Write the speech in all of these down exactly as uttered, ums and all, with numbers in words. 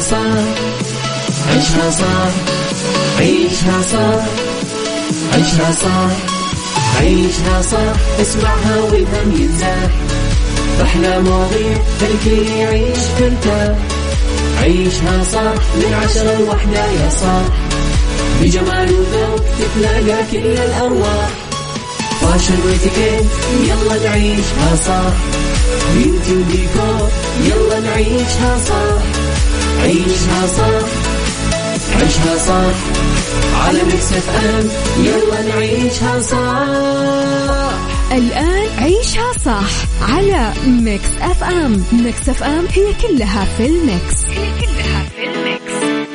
صح عيشها صح عيشها صح عيشها صح عيشها صح اسمعها والهم ينزاح أحلى مواضيع الكل يعيش مرتاح عيشها صح من عشرة لوحدة يا صاح بجمال وذوق تتلاقى كل الأرواح فاشل واتيكيت يلا نعيشها صح بيوتي وديكور يلا نعيشها صح عيشها صح عيشها صح على ميكس اف ام يلا نعيشها صح. الآن عيشها صح على ميكس اف ام. ميكس اف ام هي كلها في الميكس هي كلها في الميكس.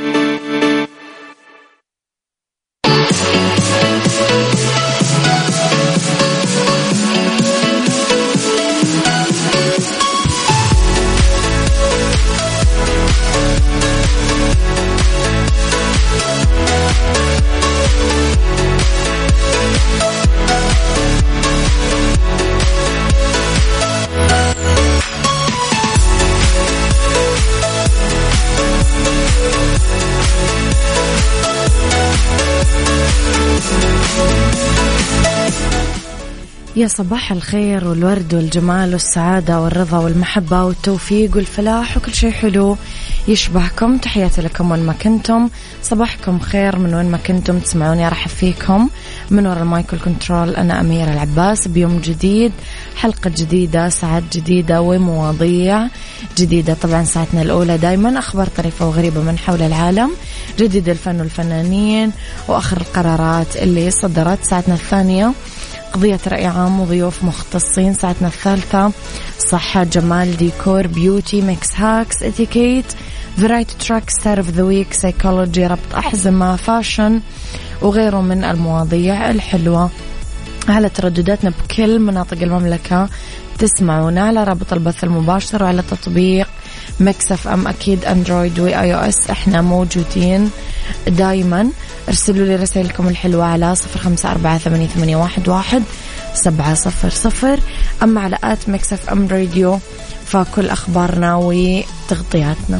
يا صباح الخير والورد والجمال والسعادة والرضا والمحبة والتوفيق والفلاح وكل شيء حلو يشبهكم. تحياتي لكم وين ما كنتم، صباحكم خير من وين ما كنتم تسمعوني. أرحب فيكم من وراء المايكل كنترول، أنا أميرة العباس بيوم جديد، حلقة جديدة، ساعات جديدة ومواضيع جديدة. طبعا ساعتنا الأولى دايما أخبار طريفة وغريبة من حول العالم، جديد الفن والفنانين وآخر القرارات اللي صدرت. ساعتنا الثانية قضية رأي عام وضيوف مختصين. ساعتنا الثالثة صحة، جمال، ديكور، بيوتي، ميكس هاكس، اتيكيت، فرايتي تراك، ستار اوف ذا ويك، سايكولوجي، ربط أحزمة، فاشن وغيره من المواضيع الحلوة على تردداتنا بكل مناطق المملكة. تسمعونا على رابط البث المباشر وعلى تطبيق ميكس اف ام، أكيد أندرويد وآي أو إس، إحنا موجودين دايما. ارسلوا لي رسائلكم الحلوة على صفر خمسة أربعة ثمانية ثمانية واحد واحد سبعة صفر صفر. أما على آت ميكس اف ام راديو فكل أخبارنا وتغطياتنا.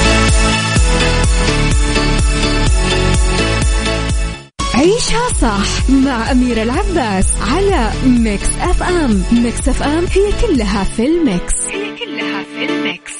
عيشها صح مع أميرة العباس على ميكس اف ام. ميكس اف ام هي كلها في الميكس هي كلها في الميكس.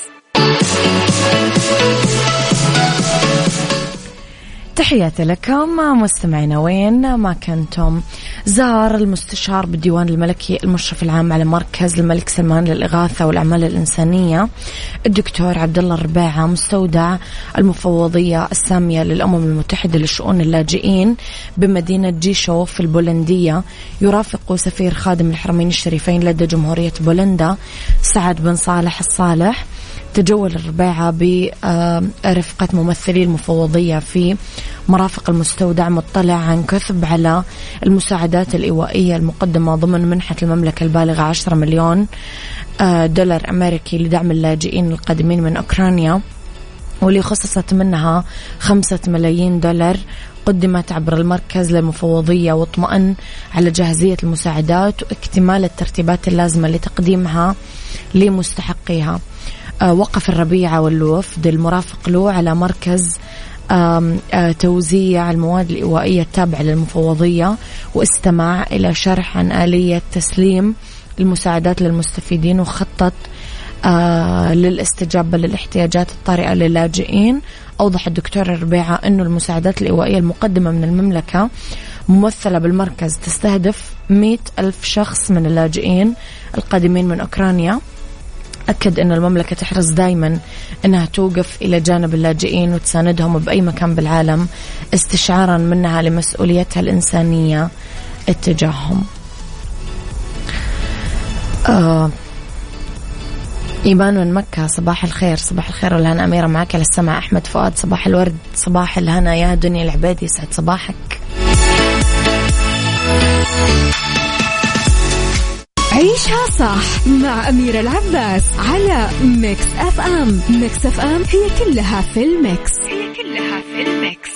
تحياتي لكم مستمعينا وين ما كنتم. زار المستشار بالديوان الملكي المشرف العام على مركز الملك سلمان للإغاثة والأعمال الإنسانية الدكتور عبد الله الربيعة مستودع المفوضية السامية للأمم المتحدة لشؤون اللاجئين بمدينة جيشوف البولندية، يرافق سفير خادم الحرمين الشريفين لدى جمهورية بولندا سعد بن صالح الصالح. تجول الربيعة برفقة ممثلي المفوضية في مرافق المستودع، مطلع عن كثب على المساعدات الإيوائية المقدمة ضمن منحة المملكة البالغة عشرة مليون دولار أمريكي لدعم اللاجئين القادمين من أوكرانيا، واللي خصصت منها خمسة ملايين دولار قدمت عبر المركز للمفوضية، واطمأن على جاهزية المساعدات واكتمال الترتيبات اللازمة لتقديمها لمستحقيها. وقف الربيعة والوفد المرافق له على مركز توزيع المواد الإيوائية التابعة للمفوضية، واستمع إلى شرح عن آلية تسليم المساعدات للمستفيدين وخطط للاستجابة للاحتياجات الطارئة للاجئين. أوضح الدكتور الربيعة أنه المساعدات الإيوائية المقدمة من المملكة ممثلة بالمركز تستهدف مئة ألف شخص من اللاجئين القادمين من أوكرانيا. أكد أن المملكة تحرص دائما أنها توقف إلى جانب اللاجئين وتساندهم بأي مكان بالعالم، استشعارا منها لمسؤوليتها الإنسانية اتجاههم. آه إيمان من مكة، صباح الخير. صباح الخير والهنا أميرة، معك على السمع أحمد فؤاد. صباح الورد، صباح الهنا يا دنيا العبادي، يسعد صباحك. عيشها صح مع أميرة العباس على ميكس اف ام. ميكس اف ام هي كلها في الميكس هي كلها في الميكس.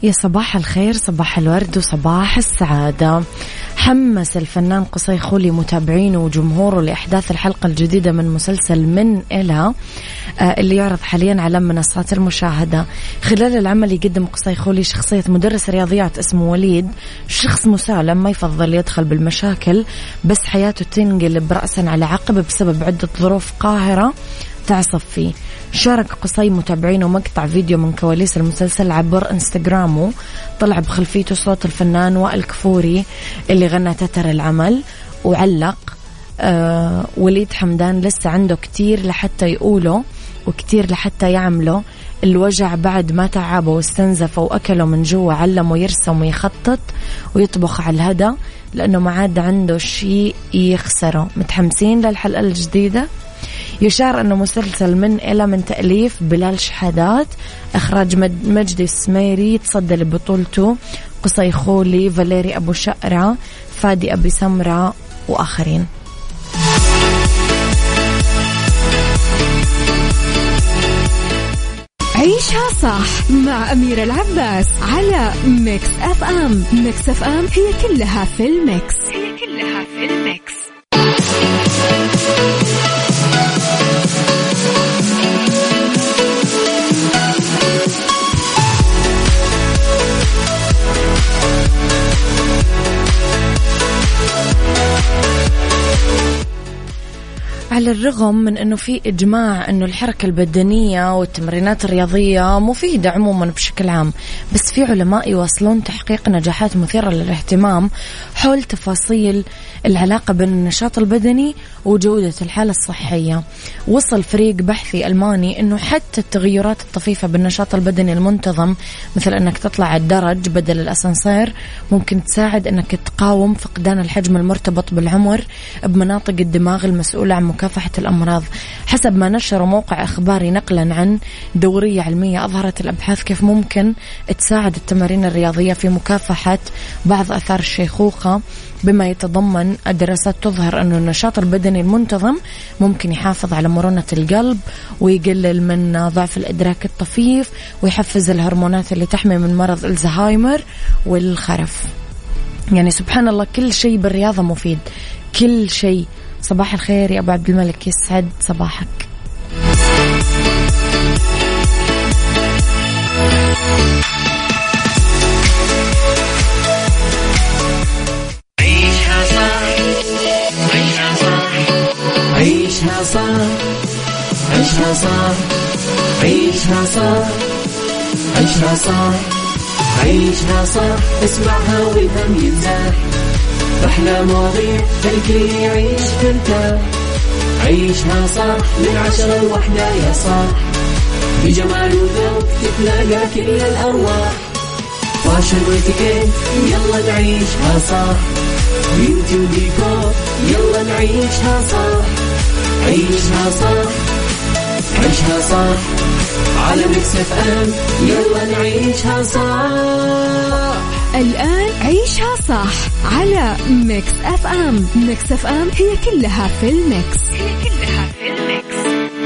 يا صباح الخير، صباح الورد وصباح السعادة. حمس الفنان قصي خولي متابعينه وجمهوره لإحداث الحلقة الجديدة من مسلسل من إلى اللي يعرض حاليا على منصات المشاهدة. خلال العمل يقدم قصي خولي شخصية مدرس رياضيات اسمه وليد، شخص مسالم ما يفضل يدخل بالمشاكل، بس حياته تنقلب رأسا على عقب بسبب عدة ظروف قاهرة تعصف فيه. شارك قصي متابعينه مقطع فيديو من كواليس المسلسل عبر انستغرامه، طلع بخلفيته صوت الفنان وائل كفوري اللي غنى تتر العمل، وعلق آه وليد حمدان لسه عنده كتير لحتى يقوله وكتير لحتى يعمله، الوجع بعد ما تعبه واستنزف وأكله من جوا، علمه يرسم ويخطط ويطبخ على الهدى لأنه ما عاد عنده شيء يخسره. متحمسين للحلقة الجديدة؟ يشار أنه مسلسل من إلى من تأليف بلال شحادات، إخراج مجدي السميري، تصدى لبطولته قصي خولي، فاليري أبو شقرة، فادي أبي سمرة وآخرين. عيشها صح مع أميرة العباس على ميكس أف أم. ميكس أف أم هي كلها في الميكس، هي كلها في الميكس. على الرغم من أنه في إجماع أنه الحركة البدنية والتمرينات الرياضية مفيدة عموما بشكل عام، بس في علماء يواصلون تحقيق نجاحات مثيرة للاهتمام حول تفاصيل العلاقة بين النشاط البدني وجودة الحالة الصحية. وصل فريق بحثي ألماني أنه حتى التغيرات الطفيفة بالنشاط البدني المنتظم، مثل أنك تطلع الدرج بدل الأسانسير، ممكن تساعد أنك تقاوم فقدان الحجم المرتبط بالعمر بمناطق الدماغ المسؤولة عن مكافحة الأمراض. حسب ما نشر موقع إخباري نقلا عن دورية علمية، أظهرت الأبحاث كيف ممكن تساعد التمارين الرياضية في مكافحة بعض آثار الشيخوخة، بما يتضمن الدراسات تظهر أن النشاط البدني المنتظم ممكن يحافظ على مرونة القلب ويقلل من ضعف الإدراك الطفيف ويحفز الهرمونات اللي تحمي من مرض الزهايمر والخرف. يعني سبحان الله، كل شيء بالرياضة مفيد، كل شيء. صباح الخير يا أبو عبد الملك، يسعد صباحك. عيشها صح، عيشها صح، عيشها صح، عيشها صح، عيشها صح، عيشها صح، عيشها صح، اسمعها والهم ينزاح، أحلى مواضيع الكل يعيش ترتاح. عيشها صح من عشرة لوحدة يا صاح، بجمال وذوق تتلاقى كل الأرواح، فاشل واتيكيت يلا نعيشها صح، بيوتي وديكور يلا نعيشها صح. عيشها صح، عيشها صح، على ميكس اف ام يلا نعيشها صح. الآن عيشها صح على ميكس أف أم. ميكس أف أم هي كلها في الميكس، هي كلها في الميكس.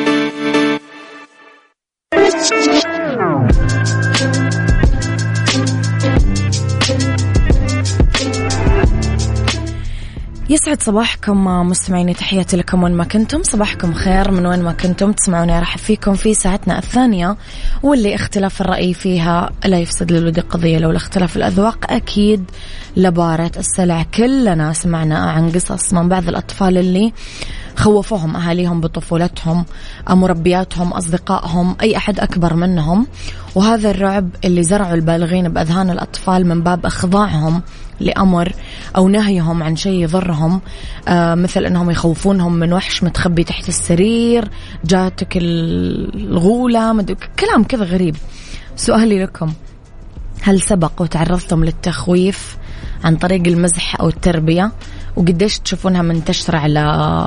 يسعد صباحكم مستمعيني، تحياتي لكم وين ما كنتم، صباحكم خير من وين ما كنتم تسمعوني. أرحب فيكم في ساعتنا الثانية، واللي اختلاف الرأي فيها لا يفسد للود قضية، لو الاختلاف الأذواق أكيد لبارة السلع. كلنا سمعنا عن قصص من بعض الأطفال اللي خوفوهم أهاليهم بطفولتهم، مربياتهم، أصدقائهم، أي أحد أكبر منهم، وهذا الرعب اللي زرعوا البالغين بأذهان الأطفال من باب إخضاعهم لأمر أو نهيهم عن شيء يضرهم، آه مثل أنهم يخوفونهم من وحش متخبي تحت السرير، جاتك الغولة، كلام كذا غريب. سؤالي لكم، هل سبق وتعرضتم للتخويف عن طريق المزح أو التربية؟ وقديش تشوفونها منتشرة على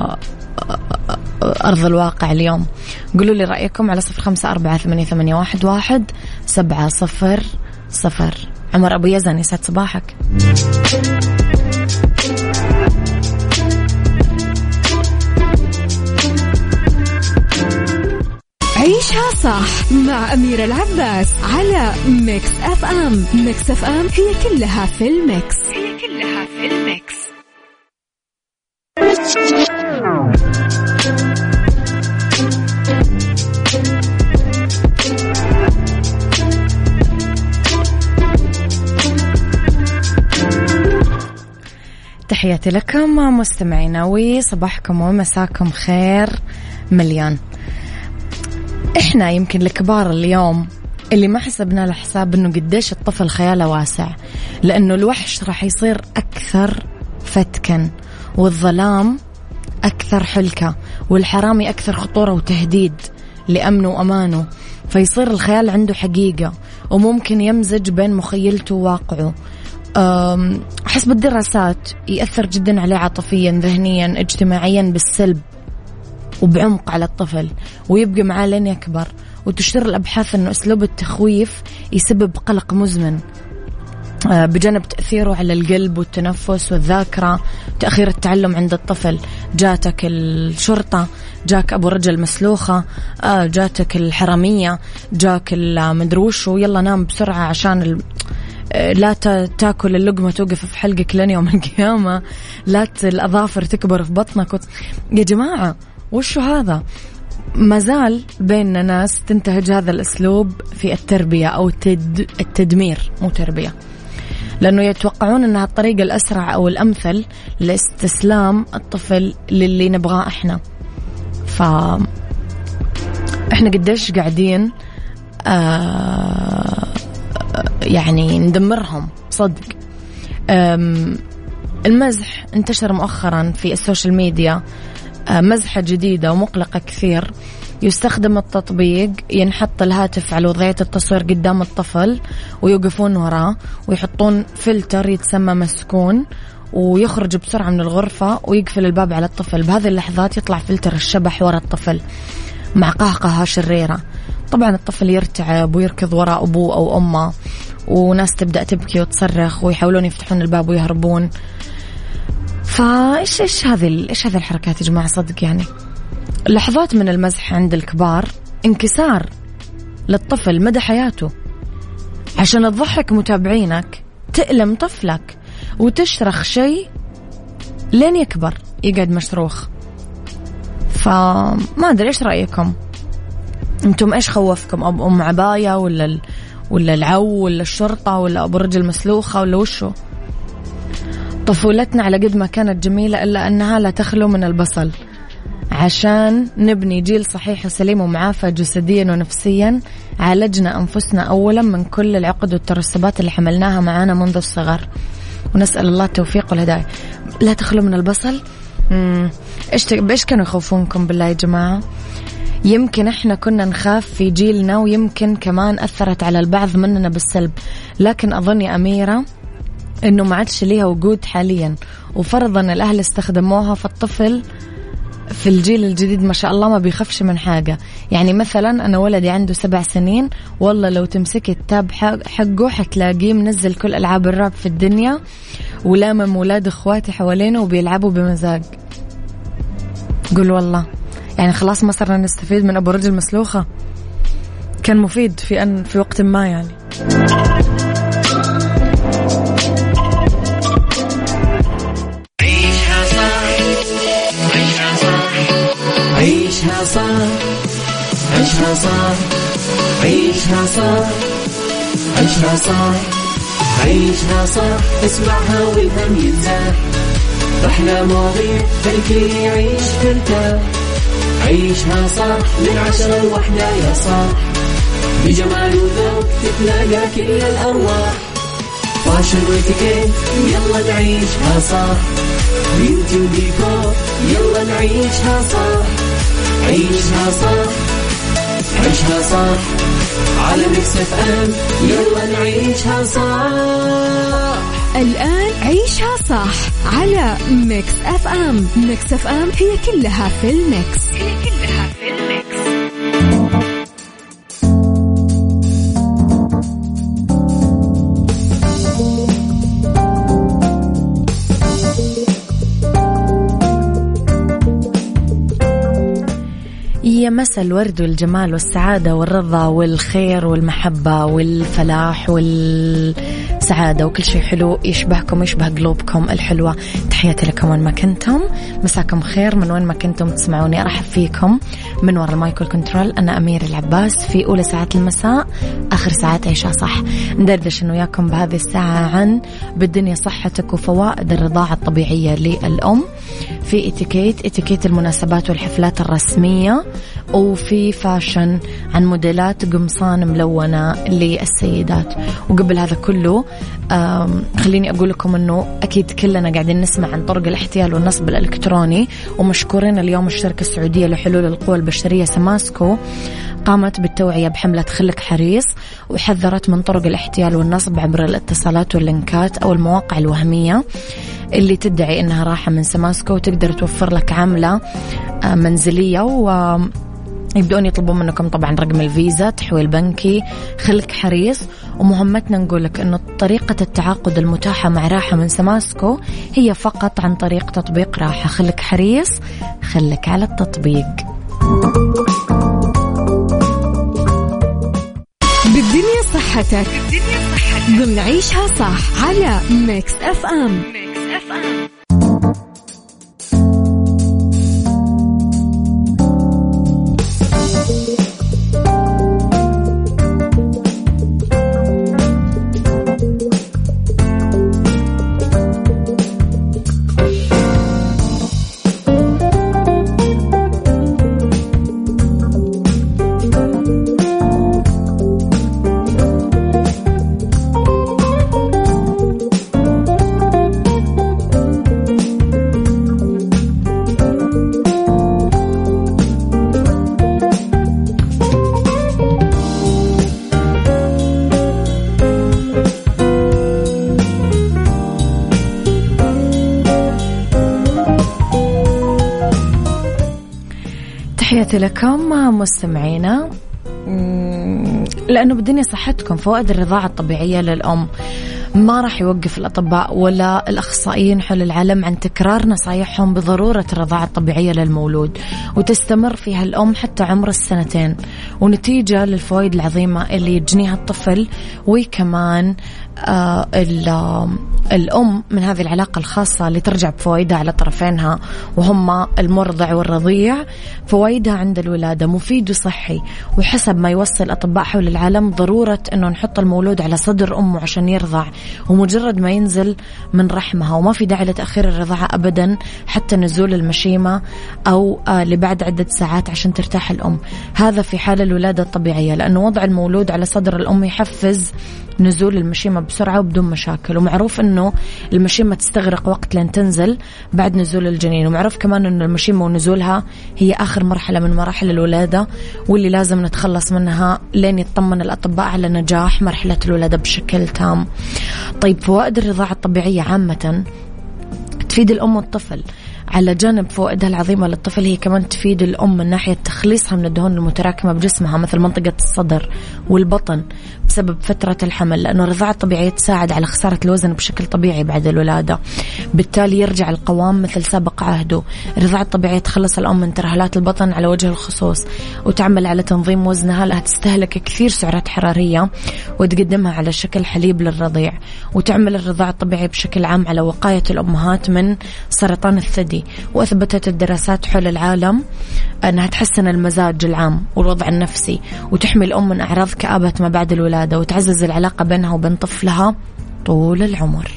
أرض الواقع اليوم؟ قولوا لي رأيكم على صفر خمسة أربعة ثمانية ثمانية واحد واحد سبعة صفر صفر. عمر أبو يزن، يسعد صباحك. عيشها صح مع أميرة العباس على ميكس أف أم. ميكس أف أم هي كلها في الميكس، هي كلها في الميكس. تحياتي لكم مستمعينا وصباحكم ومساكم خير مليان. احنا يمكن الكبار اليوم اللي ما حسبنا لحساب انه قديش الطفل خياله واسع، لانه الوحش راح يصير اكثر فتكا، والظلام اكثر حلكة، والحرامي اكثر خطورة وتهديد لامنه وامانه، فيصير الخيال عنده حقيقة وممكن يمزج بين مخيلته وواقعه. حسب الدراسات يأثر جدا عليه عاطفيا، ذهنيا، اجتماعيا بالسلب وبعمق على الطفل، ويبقى معاه لين يكبر. وتشير الأبحاث أنه أسلوب التخويف يسبب قلق مزمن بجانب تأثيره على القلب والتنفس والذاكرة، تأخير التعلم عند الطفل. جاتك الشرطة، جاك أبو رجل مسلوخة، جاتك الحرامية، جاك المدروشو، يلا نام بسرعة عشان ال... لا تاكل اللقمة توقف في حلقك لين يوم القيامة، لا الأظافر تكبر في بطنك. يا جماعة وشو هذا؟ مازال بيننا ناس تنتهج هذا الأسلوب في التربية أو التد... التدمير، مو تربية، لأنه يتوقعون أنها الطريقة الأسرع أو الأمثل لاستسلام الطفل للي نبغاه إحنا. ف إحنا قديش قاعدين آه... يعني ندمرهم صدق. المزح انتشر مؤخرا في السوشيال ميديا، مزحة جديدة ومقلقة كثير. يستخدم التطبيق، ينحط الهاتف على وضعية التصوير قدام الطفل ويوقفون وراه ويحطون فلتر يتسمى مسكون، ويخرج بسرعة من الغرفة ويقفل الباب على الطفل. بهذه اللحظات يطلع فلتر الشبح وراء الطفل مع قهقهة شريرة. طبعا الطفل يرتعب ويركض وراء أبوه أو أمه، وناس تبدأ تبكي وتصرخ ويحاولون يفتحون الباب ويهربون. فإيش إيش هذه إيش هذه الحركات يا جماعة؟ صدق يعني لحظات من المزح عند الكبار انكسار للطفل مدى حياته. عشان تضحك متابعينك تألم طفلك وتشرخ شيء لين يكبر يقعد مشروخ. فما أدري إيش رأيكم أنتم؟ إيش خوفكم؟ أم أم عباية ولا ال... ولا العو ولا الشرطة ولا أبو رجل مسلوخة ولا وشو؟ طفولتنا على قد ما كانت جميلة إلا أنها لا تخلو من البصل. عشان نبني جيل صحيح وسليم ومعافى جسديا ونفسيا، عالجنا أنفسنا أولا من كل العقد والترسبات اللي حملناها معانا منذ الصغر، ونسأل الله التوفيق والهداية. لا تخلو من البصل. مم. إيش بإيش كانوا يخوفونكم بالله يا جماعة؟ يمكن إحنا كنا نخاف في جيلنا، ويمكن كمان أثرت على البعض مننا بالسلب، لكن أظن يا أميرة إنه ما عادش ليها وجود حاليا، وفرضا الأهل استخدموها، فالطفل في الجيل الجديد ما شاء الله ما بيخافش من حاجة. يعني مثلا أنا ولدي عنده سبع سنين، والله لو تمسكي التاب حقه حتلاقيه منزل كل ألعاب الرعب في الدنيا، ولامم ولاد إخواتي حوالينه وبيلعبوا بمزاج. قول والله يعني خلاص ما صرنا نستفيد من أبو رجل مسلوخة. كان مفيد في أن في وقت ما يعني. عيشها صح عيشها صح عيشها صح عيشها صح عيشها صح عيشها صح عيشها صح اسمعها والهم ينزاح، أحلى مواضيع خليك يعيش ترتاح. عيشها صح من عشرة لوحدة يا صاح، بجمال وذوق تتلاقى كل الأرواح. فاشل واتيكيت يلا نعيشها صح، بيوتي وديكور يلا نعيشها صح. عيشها صح عيشها صح على ميكس اف ام يلا نعيشها صح. الآن عيشها صح على ميكس أف أم. ميكس أف أم هي كلها في الميكس، هي كلها في الميكس. يا يا مساء الورد والجمال والسعادة والرضا والخير والمحبة والفلاح والسعادة وكل شيء حلو يشبهكم يشبه قلوبكم الحلوة. تحياتي لكم وين ما كنتم، مساكم خير من وين ما كنتم تسمعوني. أرحب فيكم من وراء المايكل كنترول، أنا أمير العباس في أولى ساعات المساء، آخر ساعات عيشها صح. ندردش إنه وياكم بهذه الساعة عن بالدنيا صحتك وفوائد الرضاعة الطبيعية للأم، في اتيكيت اتيكيت المناسبات والحفلات الرسمية، وفي فاشن عن موديلات قمصان ملونة للسيدات. وقبل هذا كله خليني أقول لكم أنه أكيد كلنا قاعدين نسمع عن طرق الاحتيال والنصب الإلكتروني، ومشكورين اليوم الشركة السعودية لحلول القوى البشرية سماسكو قامت بالتوعية بحملة خلك حريص، وحذرت من طرق الاحتيال والنصب عبر الاتصالات واللينكات أو المواقع الوهمية اللي تدعي إنها راحة من سماسكو وتقدر توفر لك عملة منزلية، و يبدأون يطلبون منكم طبعا رقم الفيزا، تحويل بنكي. خلك حريص، ومهمتنا نقولك أنه طريقة التعاقد المتاحة مع راحة من سماسكو هي فقط عن طريق تطبيق راحة. خلك حريص، خلك على التطبيق. بالدنيا صحتك ضمن عيشها صح على ميكس أف أم. تحياتي لكم مستمعينا. لأنه بالدنيا صحتكم، فوائد الرضاعة الطبيعية للأم ما راح يوقف الأطباء ولا الأخصائيين حول العالم عن تكرار نصايحهم بضرورة الرضاعة الطبيعية للمولود، وتستمر فيها الأم حتى عمر السنتين، ونتيجة للفوائد العظيمة اللي يجنيها الطفل. وكمان آه الأم من هذه العلاقة الخاصة اللي ترجع بفوائدها على طرفينها وهم المرضع والرضيع. فوائدها عند الولادة مفيد وصحي، وحسب ما يوصل الأطباء حول العالم ضرورة أنه نحط المولود على صدر أمه عشان يرضع، ومجرد ما ينزل من رحمها، وما في داعي لتأخير الرضاعة أبدا حتى نزول المشيمة أو آه لبعد عدة ساعات عشان ترتاح الأم. هذا في حال الولادة الطبيعية، لأنه وضع المولود على صدر الأم يحفز نزول المشيمة بسرعة وبدون مشاكل. ومعروف أنه المشيمة تستغرق وقت لين تنزل بعد نزول الجنين، ومعروف كمان أنه المشيمة ونزولها هي آخر مرحلة من مراحل الولادة، واللي لازم نتخلص منها لين يطمن الأطباء على نجاح مرحلة الولادة بشكل تام. طيب، فوائد الرضاعة الطبيعية عامة تفيد الأم والطفل. على جانب فوائدها العظيمة للطفل، هي كمان تفيد الأم من ناحية تخليصها من الدهون المتراكمة بجسمها مثل منطقة الصدر والبطن بسبب فترة الحمل، لأنه الرضاعة الطبيعية تساعد على خسارة الوزن بشكل طبيعي بعد الولادة، بالتالي يرجع القوام مثل سابق عهده. الرضاعة الطبيعية تخلص الأم من ترهلات البطن على وجه الخصوص، وتعمل على تنظيم وزنها، لها تستهلك كثير سعرات حرارية وتقدمها على شكل حليب للرضيع. وتعمل الرضاعة الطبيعية بشكل عام على وقاية الأمهات من سرطان الثدي، وأثبتت الدراسات حول العالم أنها تحسن المزاج العام والوضع النفسي، وتحمي الأم من أعراض كآبة ما بعد الولادة، وتعزز العلاقة بينها وبين طفلها طول العمر.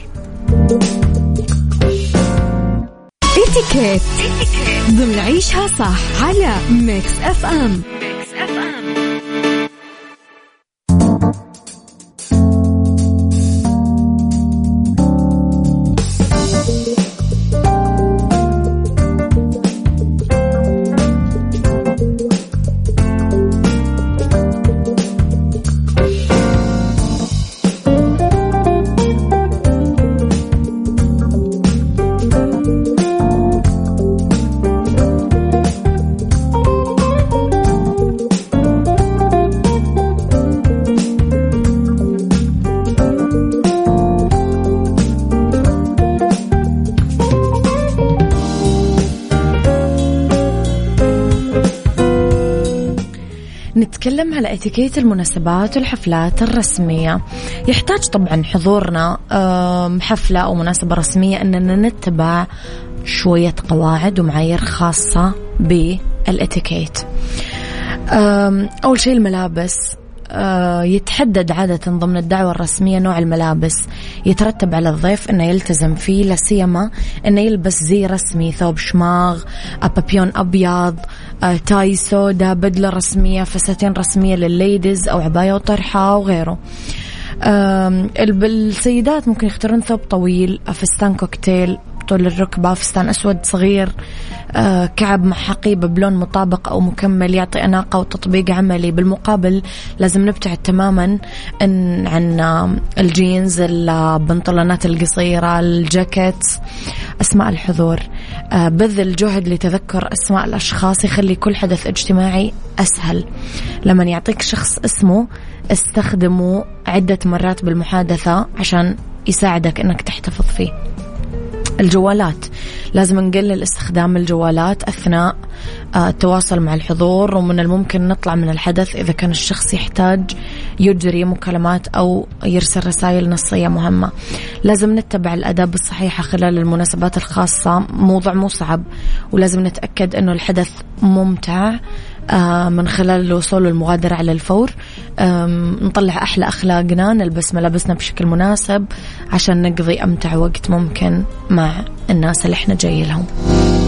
اتيكيت ضمن عيشها صح على ميكس أف أم. نتكلم على اتيكيت المناسبات والحفلات الرسمية. يحتاج طبعا حضورنا حفلة أو مناسبة رسمية أننا نتبع شوية قواعد ومعايير خاصة بالاتيكيت. أول شيء الملابس، يتحدد عادة ضمن الدعوة الرسمية نوع الملابس، يترتب على الضيف أنه يلتزم فيه، لا سيما أنه يلبس زي رسمي، ثوب شماغ، بابيون أبيض، تاي سودا، بدلة رسمية، فساتين رسمية للليديز أو عباية وطرحة وغيره. السيدات ممكن يختارون ثوب طويل، فستان كوكتيل طول الركبة، فستان أسود صغير، آه كعب مع حقيبة بلون مطابق أو مكمل يعطي أناقة وتطبيق عملي. بالمقابل لازم نبتعد تماما إن عن آه الجينز، البنطلونات القصيرة، الجاكيت. أسماء الحضور، آه بذل جهد لتذكر أسماء الأشخاص يخلي كل حدث اجتماعي أسهل. لما يعطيك شخص اسمه استخدمه عدة مرات بالمحادثة عشان يساعدك إنك تحتفظ فيه. الجوالات، لازم نقلل استخدام الجوالات أثناء التواصل مع الحضور، ومن الممكن نطلع من الحدث إذا كان الشخص يحتاج يجري مكالمات أو يرسل رسائل نصية مهمة. لازم نتبع الآداب الصحيحة خلال المناسبات الخاصة، موضوع مو صعب، ولازم نتأكد أنه الحدث ممتع من خلال الوصول والمغادرة على الفور. نطلع أحلى أخلاقنا، نلبس ملابسنا بشكل مناسب عشان نقضي أمتع وقت ممكن مع الناس اللي احنا جاي لهم.